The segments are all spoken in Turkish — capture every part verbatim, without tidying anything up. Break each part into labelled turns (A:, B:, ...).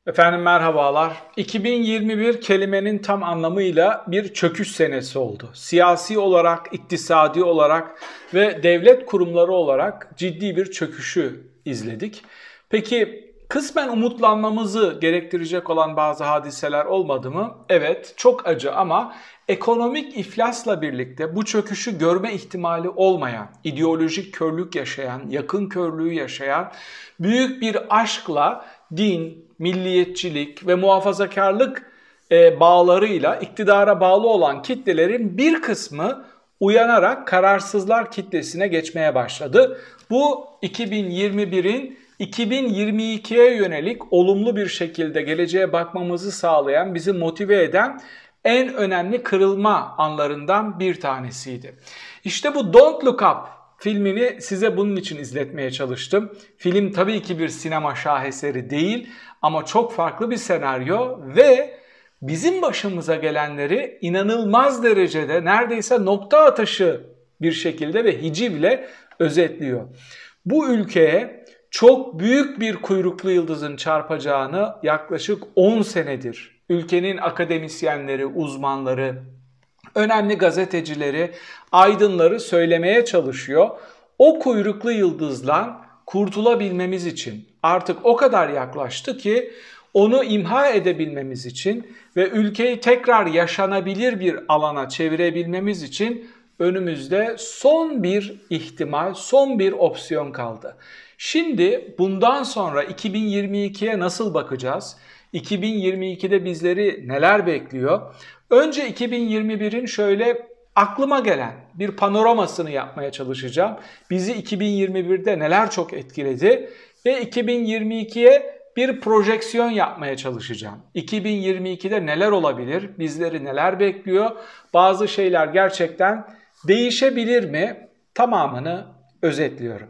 A: Efendim merhabalar. iki bin yirmi bir kelimenin tam anlamıyla bir çöküş senesi oldu. Siyasi olarak, iktisadi olarak ve devlet kurumları olarak ciddi bir çöküşü izledik. Peki kısmen umutlanmamızı gerektirecek olan bazı hadiseler olmadı mı? Evet, çok acı ama ekonomik iflasla birlikte bu çöküşü görme ihtimali olmayan, ideolojik körlük yaşayan, yakın körlüğü yaşayan, büyük bir aşkla din, milliyetçilik ve muhafazakarlık e, bağlarıyla iktidara bağlı olan kitlelerin bir kısmı uyanarak kararsızlar kitlesine geçmeye başladı. Bu iki bin yirmi birin iki bin yirmi ikiye yönelik olumlu bir şekilde geleceğe bakmamızı sağlayan, bizi motive eden en önemli kırılma anlarından bir tanesiydi. İşte bu Don't Look Up filmini size bunun için izletmeye çalıştım. Film tabii ki bir sinema şaheseri değil ama çok farklı bir senaryo ve bizim başımıza gelenleri inanılmaz derecede neredeyse nokta atışı bir şekilde ve hicivle özetliyor. Bu ülkeye çok büyük bir kuyruklu yıldızın çarpacağını yaklaşık on senedir ülkenin akademisyenleri, uzmanları, önemli gazetecileri, aydınları söylemeye çalışıyor. O kuyruklu yıldızdan kurtulabilmemiz için artık o kadar yaklaştı ki onu imha edebilmemiz için ve ülkeyi tekrar yaşanabilir bir alana çevirebilmemiz için önümüzde son bir ihtimal, son bir opsiyon kaldı. Şimdi bundan sonra iki bin yirmi ikiye nasıl bakacağız? iki bin yirmi ikide bizleri neler bekliyor? Önce iki bin yirmi birin şöyle aklıma gelen bir panoramasını yapmaya çalışacağım. Bizi iki bin yirmi birde neler çok etkiledi ve iki bin yirmi ikiye bir projeksiyon yapmaya çalışacağım. iki bin yirmi ikide neler olabilir? Bizleri neler bekliyor? Bazı şeyler gerçekten değişebilir mi? Tamamını özetliyorum.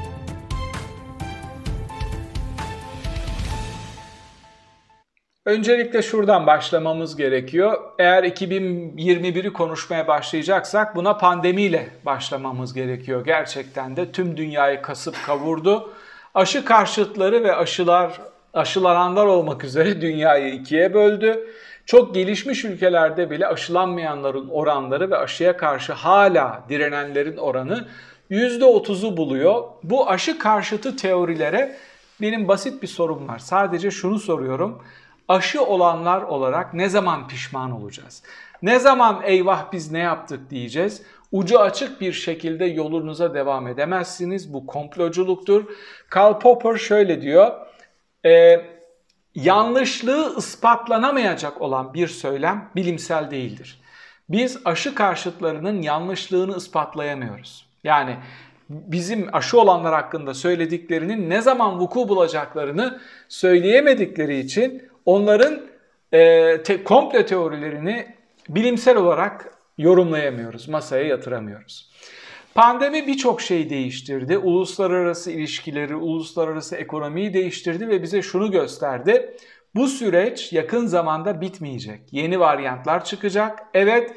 A: Öncelikle şuradan başlamamız gerekiyor. Eğer iki bin yirmi biri konuşmaya başlayacaksak buna pandemiyle başlamamız gerekiyor. Gerçekten de tüm dünyayı kasıp kavurdu. Aşı karşıtları ve aşılar, aşılananlar olmak üzere dünyayı ikiye böldü. Çok gelişmiş ülkelerde bile aşılanmayanların oranları ve aşıya karşı hala direnenlerin oranı yüzde otuzu buluyor. Bu aşı karşıtı teorilere benim basit bir sorum var. Sadece şunu soruyorum. Aşı olanlar olarak ne zaman pişman olacağız? Ne zaman eyvah biz ne yaptık diyeceğiz? Ucu açık bir şekilde yolunuza devam edemezsiniz. Bu komploculuktur. Karl Popper şöyle diyor. E, yanlışlığı ispatlanamayacak olan bir söylem bilimsel değildir. Biz aşı karşıtlarının yanlışlığını ispatlayamıyoruz. Yani bizim aşı olanlar hakkında söylediklerinin ne zaman vuku bulacaklarını söyleyemedikleri için onların e, te, komple teorilerini bilimsel olarak yorumlayamıyoruz, masaya yatıramıyoruz. Pandemi birçok şey değiştirdi. Uluslararası ilişkileri, uluslararası ekonomiyi değiştirdi ve bize şunu gösterdi. Bu süreç yakın zamanda bitmeyecek. Yeni varyantlar çıkacak. Evet,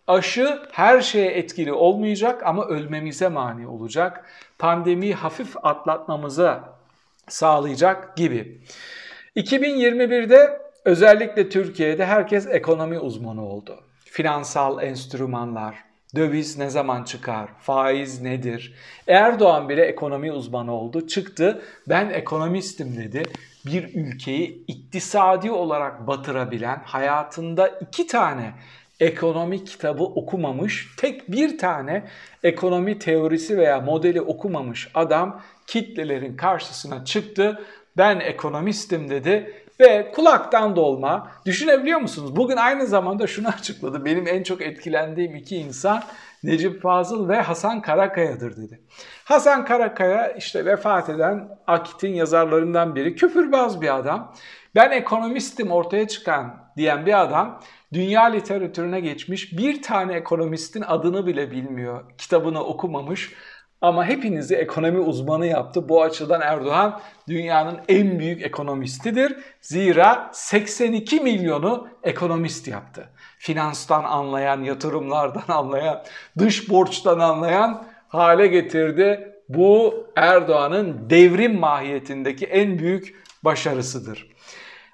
A: aşı her şeye etkili olmayacak ama ölmemize mani olacak. Pandemiyi hafif atlatmamıza sağlayacak gibi. iki bin yirmi birde özellikle Türkiye'de herkes ekonomi uzmanı oldu. Finansal enstrümanlar, döviz ne zaman çıkar, faiz nedir? Erdoğan bile ekonomi uzmanı oldu, çıktı. Ben ekonomistim dedi. Bir ülkeyi iktisadi olarak batırabilen, hayatında iki tane ekonomi kitabı okumamış, tek bir tane ekonomi teorisi veya modeli okumamış adam kitlelerin karşısına çıktı. Ben ekonomistim dedi ve kulaktan dolma. Düşünebiliyor musunuz? Bugün aynı zamanda şunu açıkladı. Benim en çok etkilendiğim iki insan Necip Fazıl ve Hasan Karakaya'dır dedi. Hasan Karakaya işte vefat eden Akit'in yazarlarından biri. Küfürbaz bir adam. Ben ekonomistim ortaya çıkan diyen bir adam dünya literatürüne geçmiş, bir tane ekonomistin adını bile bilmiyor. Kitabını okumamış. Ama hepinizi ekonomi uzmanı yaptı. Bu açıdan Erdoğan dünyanın en büyük ekonomistidir. Zira seksen iki milyonu ekonomist yaptı. Finanstan anlayan, yatırımlardan anlayan, dış borçtan anlayan hale getirdi. Bu Erdoğan'ın devrim mahiyetindeki en büyük başarısıdır.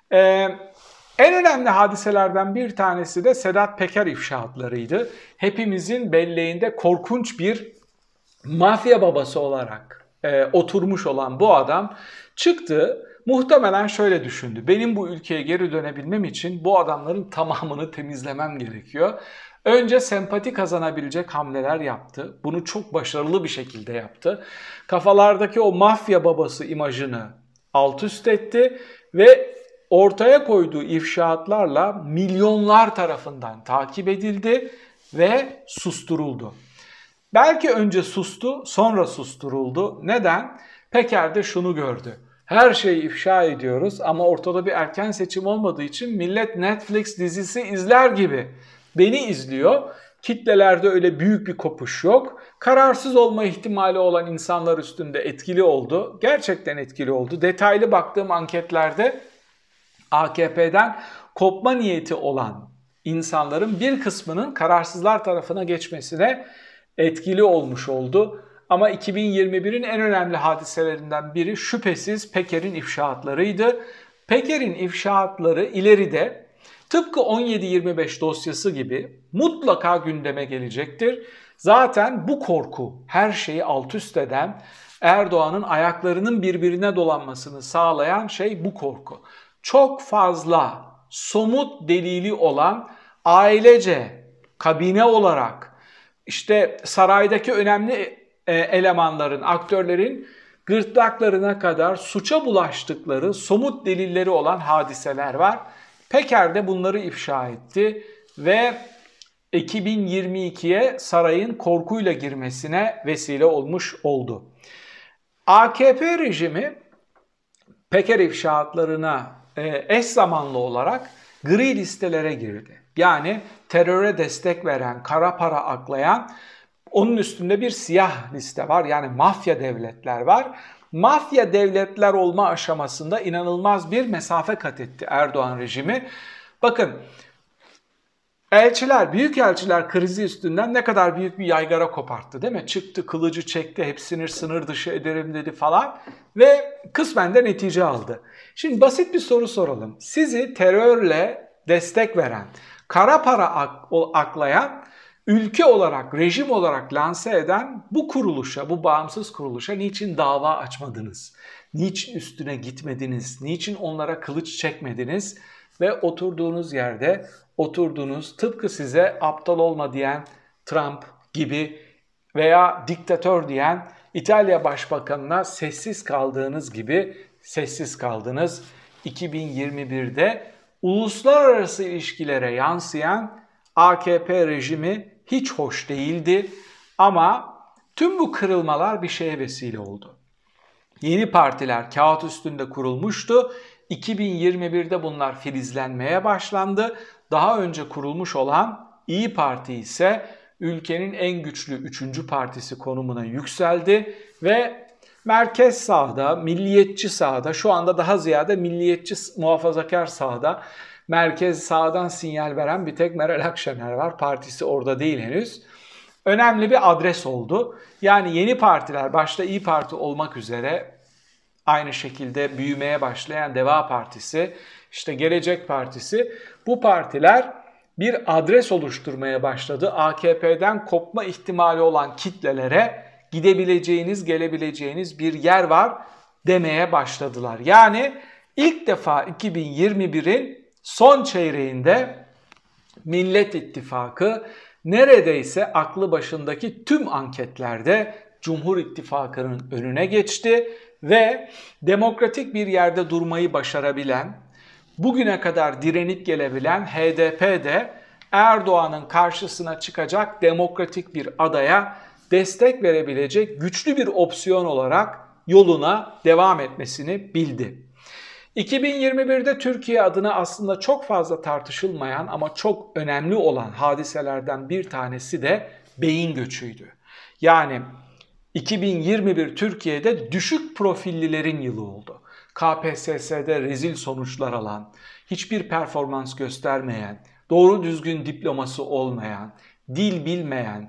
A: Ee, en önemli hadiselerden bir tanesi de Sedat Peker ifşaatlarıydı. Hepimizin belleğinde korkunç bir mafya babası olarak e, oturmuş olan bu adam çıktı. Muhtemelen şöyle düşündü. Benim bu ülkeye geri dönebilmem için bu adamların tamamını temizlemem gerekiyor. Önce sempati kazanabilecek hamleler yaptı. Bunu çok başarılı bir şekilde yaptı. Kafalardaki o mafya babası imajını alt üst etti ve ortaya koyduğu ifşaatlarla milyonlar tarafından takip edildi ve susturuldu. Belki önce sustu, sonra susturuldu. Neden? Peker de şunu gördü. Her şeyi ifşa ediyoruz ama ortada bir erken seçim olmadığı için millet Netflix dizisi izler gibi beni izliyor. Kitlelerde öyle büyük bir kopuş yok. Kararsız olma ihtimali olan insanlar üstünde etkili oldu. Gerçekten etkili oldu. Detaylı baktığım anketlerde A K P'den kopma niyeti olan insanların bir kısmının kararsızlar tarafına geçmesine etkili olmuş oldu. Ama iki bin yirmi birin en önemli hadiselerinden biri şüphesiz Peker'in ifşaatlarıydı. Peker'in ifşaatları ileride tıpkı on yedi yirmi beş dosyası gibi mutlaka gündeme gelecektir. Zaten bu korku her şeyi alt üst eden, Erdoğan'ın ayaklarının birbirine dolanmasını sağlayan şey bu korku. Çok fazla somut delili olan ailece, kabine olarak, İşte saraydaki önemli elemanların, aktörlerin gırtlaklarına kadar suça bulaştıkları somut delilleri olan hadiseler var. Peker de bunları ifşa etti ve iki bin yirmi ikiye sarayın korkuyla girmesine vesile olmuş oldu. A K P rejimi Peker ifşaatlarına eş zamanlı olarak gri listelere girdi. Yani teröre destek veren, kara para aklayan, onun üstünde bir siyah liste var. Yani mafya devletler var. Mafya devletler olma aşamasında inanılmaz bir mesafe kat etti Erdoğan rejimi. Bakın, elçiler, büyük elçiler krizi üstünden ne kadar büyük bir yaygara koparttı değil mi? Çıktı, kılıcı çekti, hepsini sınır dışı ederim dedi falan ve kısmen de netice aldı. Şimdi basit bir soru soralım. Sizi terörle destek veren, kara para aklayan, ülke olarak, rejim olarak lanse eden bu kuruluşa, bu bağımsız kuruluşa niçin dava açmadınız? Niçin üstüne gitmediniz? Niçin onlara kılıç çekmediniz? Ve oturduğunuz yerde, oturduğunuz tıpkı size aptal olma diyen Trump gibi veya diktatör diyen İtalya Başbakanına sessiz kaldığınız gibi sessiz kaldınız. iki bin yirmi birde uluslararası ilişkilere yansıyan A K P rejimi hiç hoş değildi ama tüm bu kırılmalar bir şeye vesile oldu. Yeni partiler kağıt üstünde kurulmuştu. iki bin yirmi birde bunlar filizlenmeye başlandı. Daha önce kurulmuş olan İyi Parti ise ülkenin en güçlü üçüncü partisi konumuna yükseldi ve merkez sağda, milliyetçi sağda, şu anda daha ziyade milliyetçi muhafazakar sağda, merkez sağdan sinyal veren bir tek Meral Akşener var. Partisi orada değil henüz. Önemli bir adres oldu. Yani yeni partiler, başta İyi Parti olmak üzere aynı şekilde büyümeye başlayan Deva Partisi, işte Gelecek Partisi, bu partiler bir adres oluşturmaya başladı. A K P'den kopma ihtimali olan kitlelere gidebileceğiniz, gelebileceğiniz bir yer var demeye başladılar. Yani ilk defa iki bin yirmi birin son çeyreğinde Millet İttifakı neredeyse aklı başındaki tüm anketlerde Cumhur İttifakı'nın önüne geçti ve demokratik bir yerde durmayı başarabilen, bugüne kadar direnip gelebilen H D P de Erdoğan'ın karşısına çıkacak demokratik bir adaya destek verebilecek güçlü bir opsiyon olarak yoluna devam etmesini bildi. iki bin yirmi birde Türkiye adına aslında çok fazla tartışılmayan ama çok önemli olan hadiselerden bir tanesi de beyin göçüydü. Yani iki bin yirmi bir Türkiye'de düşük profillilerin yılı oldu. K P S S'de rezil sonuçlar alan, hiçbir performans göstermeyen, doğru düzgün diploması olmayan, dil bilmeyen,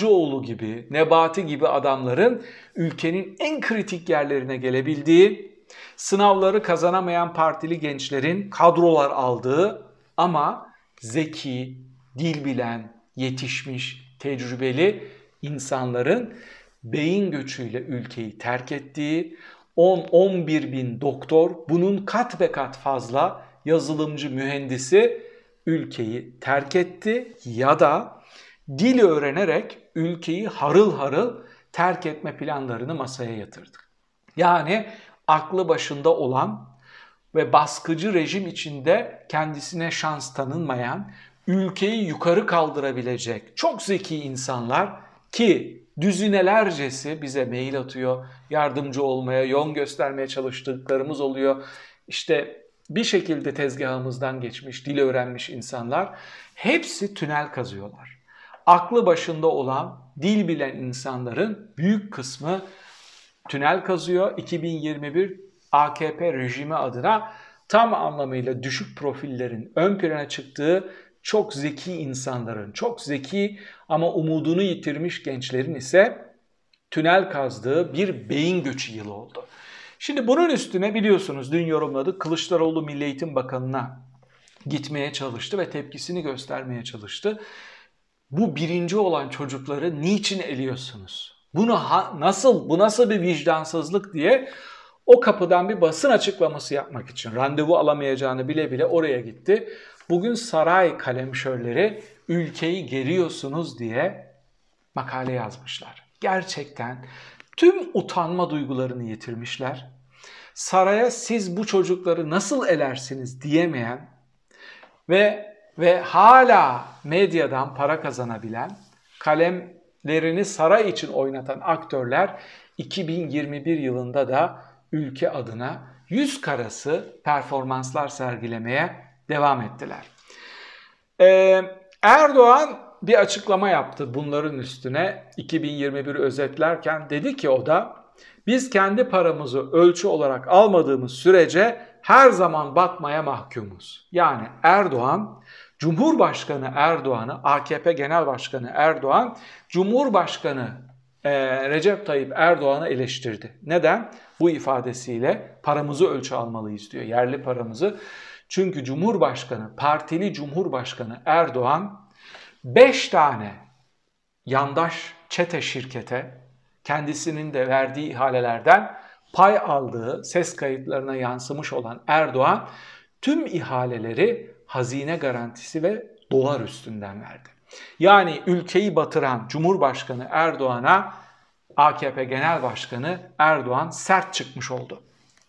A: Kavcıoğlu gibi, Nebati gibi adamların ülkenin en kritik yerlerine gelebildiği, Sınavları kazanamayan partili gençlerin kadrolar aldığı ama zeki, dil bilen, yetişmiş, tecrübeli insanların beyin göçüyle ülkeyi terk ettiği, on on bir bin doktor, bunun kat be kat fazla yazılımcı, mühendisi ülkeyi terk etti ya da dil öğrenerek ülkeyi harıl harıl terk etme planlarını masaya yatırdı. Yani aklı başında olan ve baskıcı rejim içinde kendisine şans tanınmayan, ülkeyi yukarı kaldırabilecek çok zeki insanlar ki düzinelercesi bize mail atıyor, yardımcı olmaya, yol göstermeye çalıştıklarımız oluyor. İşte bir şekilde tezgahımızdan geçmiş, dil öğrenmiş insanlar hepsi tünel kazıyorlar. Aklı başında olan, dil bilen insanların büyük kısmı tünel kazıyor. iki bin yirmi bir A K P rejimi adına tam anlamıyla düşük profillerin ön plana çıktığı, çok zeki insanların, çok zeki ama umudunu yitirmiş gençlerin ise tünel kazdığı bir beyin göçü yılı oldu. Şimdi bunun üstüne biliyorsunuz dün yorumladık, Kılıçdaroğlu Milli Eğitim Bakanı'na gitmeye çalıştı ve tepkisini göstermeye çalıştı. Bu birinci olan çocukları niçin eliyorsunuz? Bunu ha, nasıl, bu nasıl bir vicdansızlık diye o kapıdan bir basın açıklaması yapmak için randevu alamayacağını bile bile oraya gitti. Bugün saray kalemşörleri ülkeyi geriyorsunuz diye makale yazmışlar. Gerçekten tüm utanma duygularını yitirmişler. Saraya siz bu çocukları nasıl elersiniz diyemeyen ve ve hala medyadan para kazanabilen, kalemlerini saray için oynatan aktörler iki bin yirmi bir yılında da ülke adına yüz karası performanslar sergilemeye devam ettiler. Ee, Erdoğan bir açıklama yaptı bunların üstüne iki bin yirmi bir'i özetlerken. Dedi ki o da, biz kendi paramızı ölçü olarak almadığımız sürece her zaman batmaya mahkumuz. Yani Erdoğan, Cumhurbaşkanı Erdoğan'ı, A K P Genel Başkanı Erdoğan, Cumhurbaşkanı e, Recep Tayyip Erdoğan'ı eleştirdi. Neden? Bu ifadesiyle paramızı ölçü almalıyız diyor, yerli paramızı. Çünkü Cumhurbaşkanı, partili Cumhurbaşkanı Erdoğan beş tane yandaş çete şirkete kendisinin de verdiği ihalelerden pay aldığı ses kayıtlarına yansımış olan Erdoğan tüm ihaleleri hazine garantisi ve dolar üstünden verdi. Yani ülkeyi batıran Cumhurbaşkanı Erdoğan'a A K P Genel Başkanı Erdoğan sert çıkmış oldu.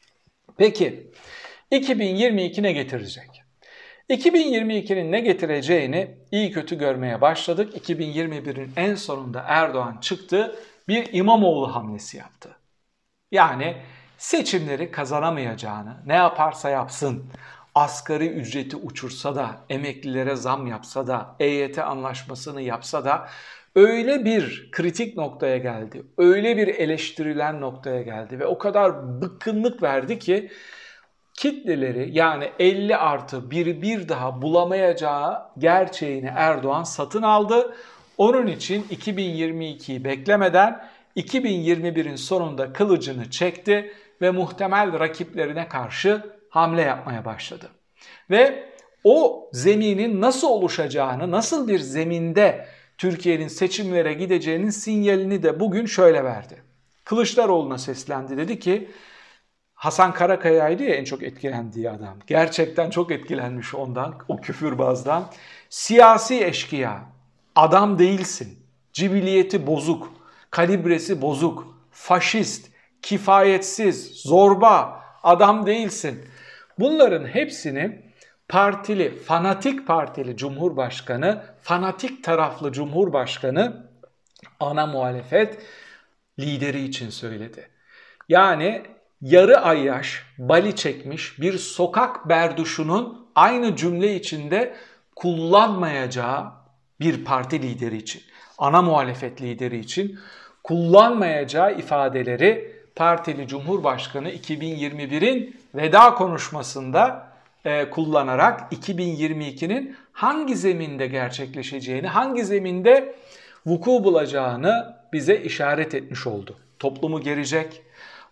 A: Peki iki bin yirmi iki ne getirecek? iki bin yirmi ikinin ne getireceğini iyi kötü görmeye başladık. iki bin yirmi bir'in en sonunda Erdoğan çıktı, bir İmamoğlu hamlesi yaptı. Yani seçimleri kazanamayacağını, ne yaparsa yapsın, asgari ücreti uçursa da, emeklilere zam yapsa da, E Y T anlaşmasını yapsa da öyle bir kritik noktaya geldi, öyle bir eleştirilen noktaya geldi ve o kadar bıkkınlık verdi ki kitleleri, yani elli artı bir bir daha bulamayacağı gerçeğini Erdoğan satın aldı. Onun için iki bin yirmi ikiyi beklemeden iki bin yirmi bir'in sonunda kılıcını çekti ve muhtemel rakiplerine karşı hamle yapmaya başladı. Ve o zeminin nasıl oluşacağını, nasıl bir zeminde Türkiye'nin seçimlere gideceğinin sinyalini de bugün şöyle verdi. Kılıçdaroğlu'na seslendi, dedi ki, Hasan Karakaya'ydı ya en çok etkilendiği adam. Gerçekten çok etkilenmiş ondan, o küfürbazdan. Siyasi eşkıya, adam değilsin, cibiliyeti bozuk, kalibresi bozuk, faşist, kifayetsiz, zorba, adam değilsin. Bunların hepsini partili, fanatik partili Cumhurbaşkanı, fanatik taraflı Cumhurbaşkanı ana muhalefet lideri için söyledi. Yani yarı ayyaş, bali çekmiş bir sokak berduşunun aynı cümle içinde kullanmayacağı bir parti lideri için, ana muhalefet lideri için kullanmayacağı ifadeleri partili Cumhurbaşkanı iki bin yirmi bir'in veda konuşmasında e, kullanarak iki bin yirmi ikinin hangi zeminde gerçekleşeceğini, hangi zeminde vuku bulacağını bize işaret etmiş oldu. Toplumu gerecek,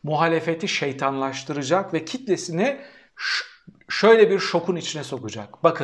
A: muhalefeti şeytanlaştıracak ve kitlesini şöyle bir şokun içine sokacak. Bakın,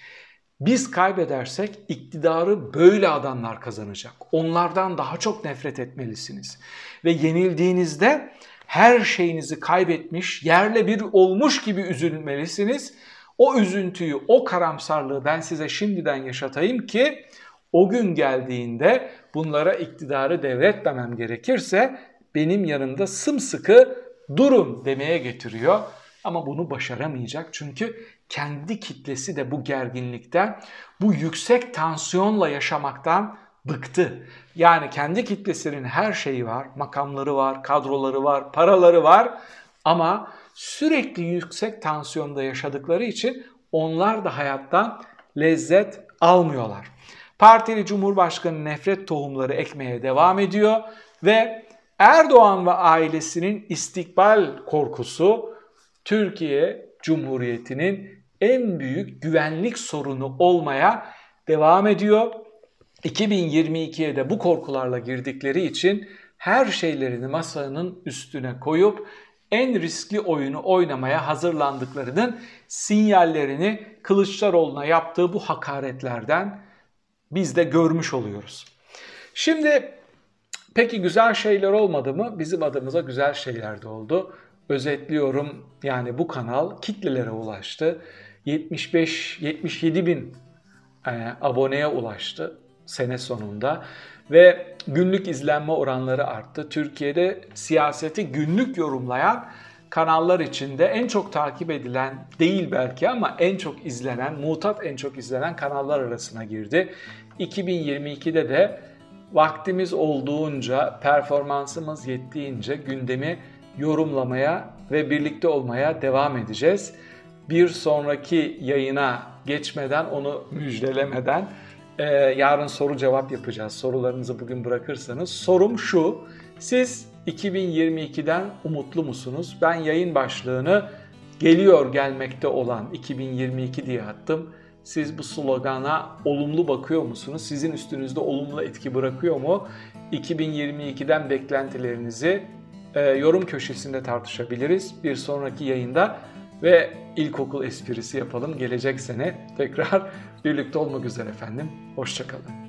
A: biz kaybedersek iktidarı böyle adamlar kazanacak. Onlardan daha çok nefret etmelisiniz. Ve yenildiğinizde her şeyinizi kaybetmiş, yerle bir olmuş gibi üzülmelisiniz. O üzüntüyü, o karamsarlığı ben size şimdiden yaşatayım ki o gün geldiğinde bunlara iktidarı devretmemem gerekirse benim yanımda sımsıkı durun demeye getiriyor. Ama bunu başaramayacak çünkü kendi kitlesi de bu gerginlikten, bu yüksek tansiyonla yaşamaktan bıktı. Yani kendi kitlesinin her şeyi var, makamları var, kadroları var, paraları var ama sürekli yüksek tansiyonda yaşadıkları için onlar da hayattan lezzet almıyorlar. Partili Cumhurbaşkanı nefret tohumları ekmeye devam ediyor ve Erdoğan ve ailesinin istikbal korkusu Türkiye Cumhuriyeti'nin en büyük güvenlik sorunu olmaya devam ediyor. iki bin yirmi ikiye de bu korkularla girdikleri için her şeylerini masanın üstüne koyup en riskli oyunu oynamaya hazırlandıklarının sinyallerini Kılıçdaroğlu'na yaptığı bu hakaretlerden biz de görmüş oluyoruz. Şimdi peki güzel şeyler olmadı mı? Bizim adımıza güzel şeyler de oldu. Özetliyorum, yani bu kanal kitlelere ulaştı. yetmiş beş yetmiş yedi bin e, aboneye ulaştı sene sonunda ve günlük izlenme oranları arttı. Türkiye'de siyaseti günlük yorumlayan kanallar içinde en çok takip edilen değil belki ama en çok izlenen, mutat en çok izlenen kanallar arasına girdi. iki bin yirmi ikide de vaktimiz olduğunca, performansımız yettiğince gündemi yorumlamaya ve birlikte olmaya devam edeceğiz. Bir sonraki yayına geçmeden, onu müjdelemeden e, yarın soru cevap yapacağız. Sorularınızı bugün bırakırsanız. Sorum şu: siz iki bin yirmi ikiden umutlu musunuz? Ben yayın başlığını geliyor gelmekte olan iki bin yirmi iki diye attım. Siz bu slogana olumlu bakıyor musunuz? Sizin üstünüzde olumlu etki bırakıyor mu? iki bin yirmi ikiden beklentilerinizi e, yorum köşesinde tartışabiliriz. Bir sonraki yayında ve ilkokul esprisi yapalım. Gelecek sene tekrar birlikte olmak üzere efendim. Hoşça kalın.